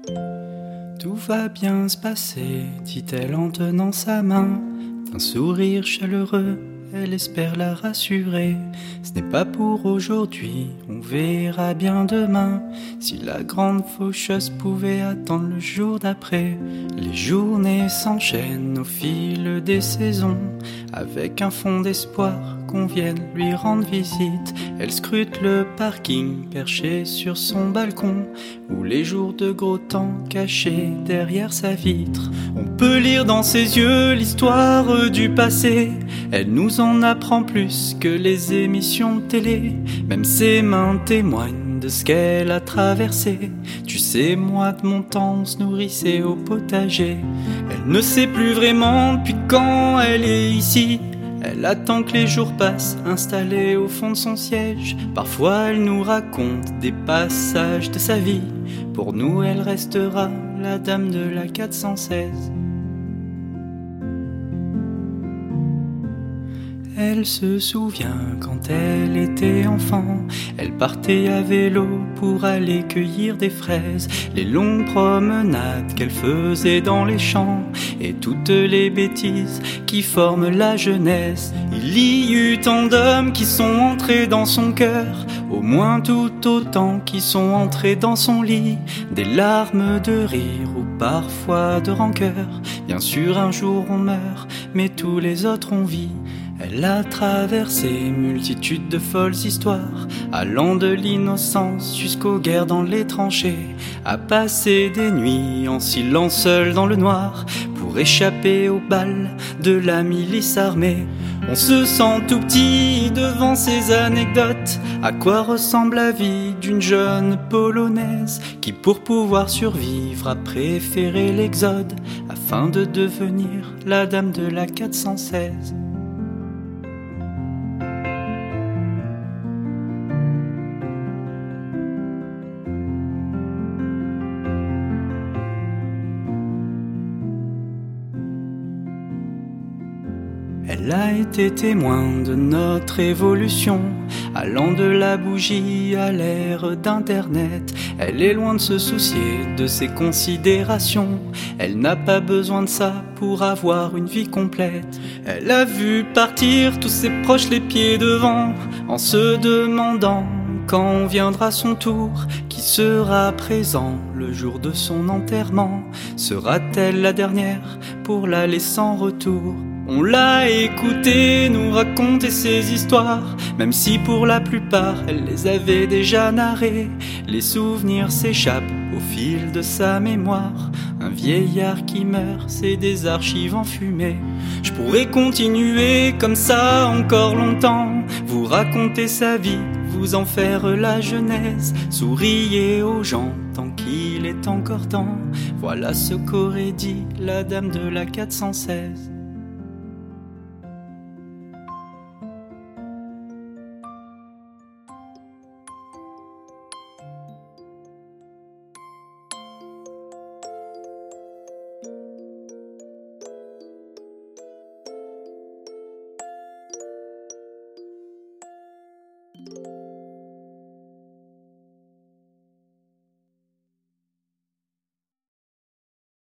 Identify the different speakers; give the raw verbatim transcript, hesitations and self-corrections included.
Speaker 1: Tout va bien se passer, dit-elle en tenant sa main. D'un sourire chaleureux, elle espère la rassurer. Ce n'est pas pour aujourd'hui, on verra bien demain. Si la grande faucheuse pouvait attendre le jour d'après. Les journées s'enchaînent au fil des saisons, avec un fond d'espoir qu'on vienne lui rendre visite. Elle scrute le parking perché sur son balcon, ou les jours de gros temps cachés derrière sa vitre. On peut lire dans ses yeux l'histoire du passé. Elle nous en apprend plus que les émissions de télé. Même ses mains témoignent de ce qu'elle a traversé. Tu sais, moi de mon temps on se nourrissait au potager. Elle ne sait plus vraiment depuis quand elle est ici. Elle attend que les jours passent, installée au fond de son siège. Parfois elle nous raconte des passages de sa vie. Pour nous elle restera la dame de la quatre cent seize. Elle se souvient quand elle était enfant, elle partait à vélo pour aller cueillir des fraises. Les longues promenades qu'elle faisait dans les champs et toutes les bêtises qui forment la jeunesse. Il y eut tant d'hommes qui sont entrés dans son cœur, au moins tout autant qui sont entrés dans son lit. Des larmes de rire ou parfois de rancœur. Bien sûr un jour on meurt, mais tous les autres on vit. Elle a traversé multitude de folles histoires, allant de l'innocence jusqu'aux guerres dans les tranchées, a passé des nuits en silence seule dans le noir, pour échapper aux balles de la milice armée. On se sent tout petit devant ces anecdotes. À quoi ressemble la vie d'une jeune polonaise qui, pour pouvoir survivre, a préféré l'exode afin de devenir la dame de la quatre cent seize. Elle a été témoin de notre évolution, allant de la bougie à l'ère d'internet. Elle est loin de se soucier de ses considérations. Elle n'a pas besoin de ça pour avoir une vie complète. Elle a vu partir tous ses proches les pieds devant, en se demandant quand viendra son tour, qui sera présent le jour de son enterrement. Sera-t-elle la dernière pour l'aller sans retour? On l'a écoutée nous raconter ses histoires, même si pour la plupart elle les avait déjà narrées. Les souvenirs s'échappent au fil de sa mémoire. Un vieillard qui meurt, c'est des archives en fumée. Je pourrais continuer comme ça encore longtemps, vous raconter sa vie, vous en faire la genèse. Souriez aux gens tant qu'il est encore temps. Voilà ce qu'aurait dit la dame de la quatre cent seize.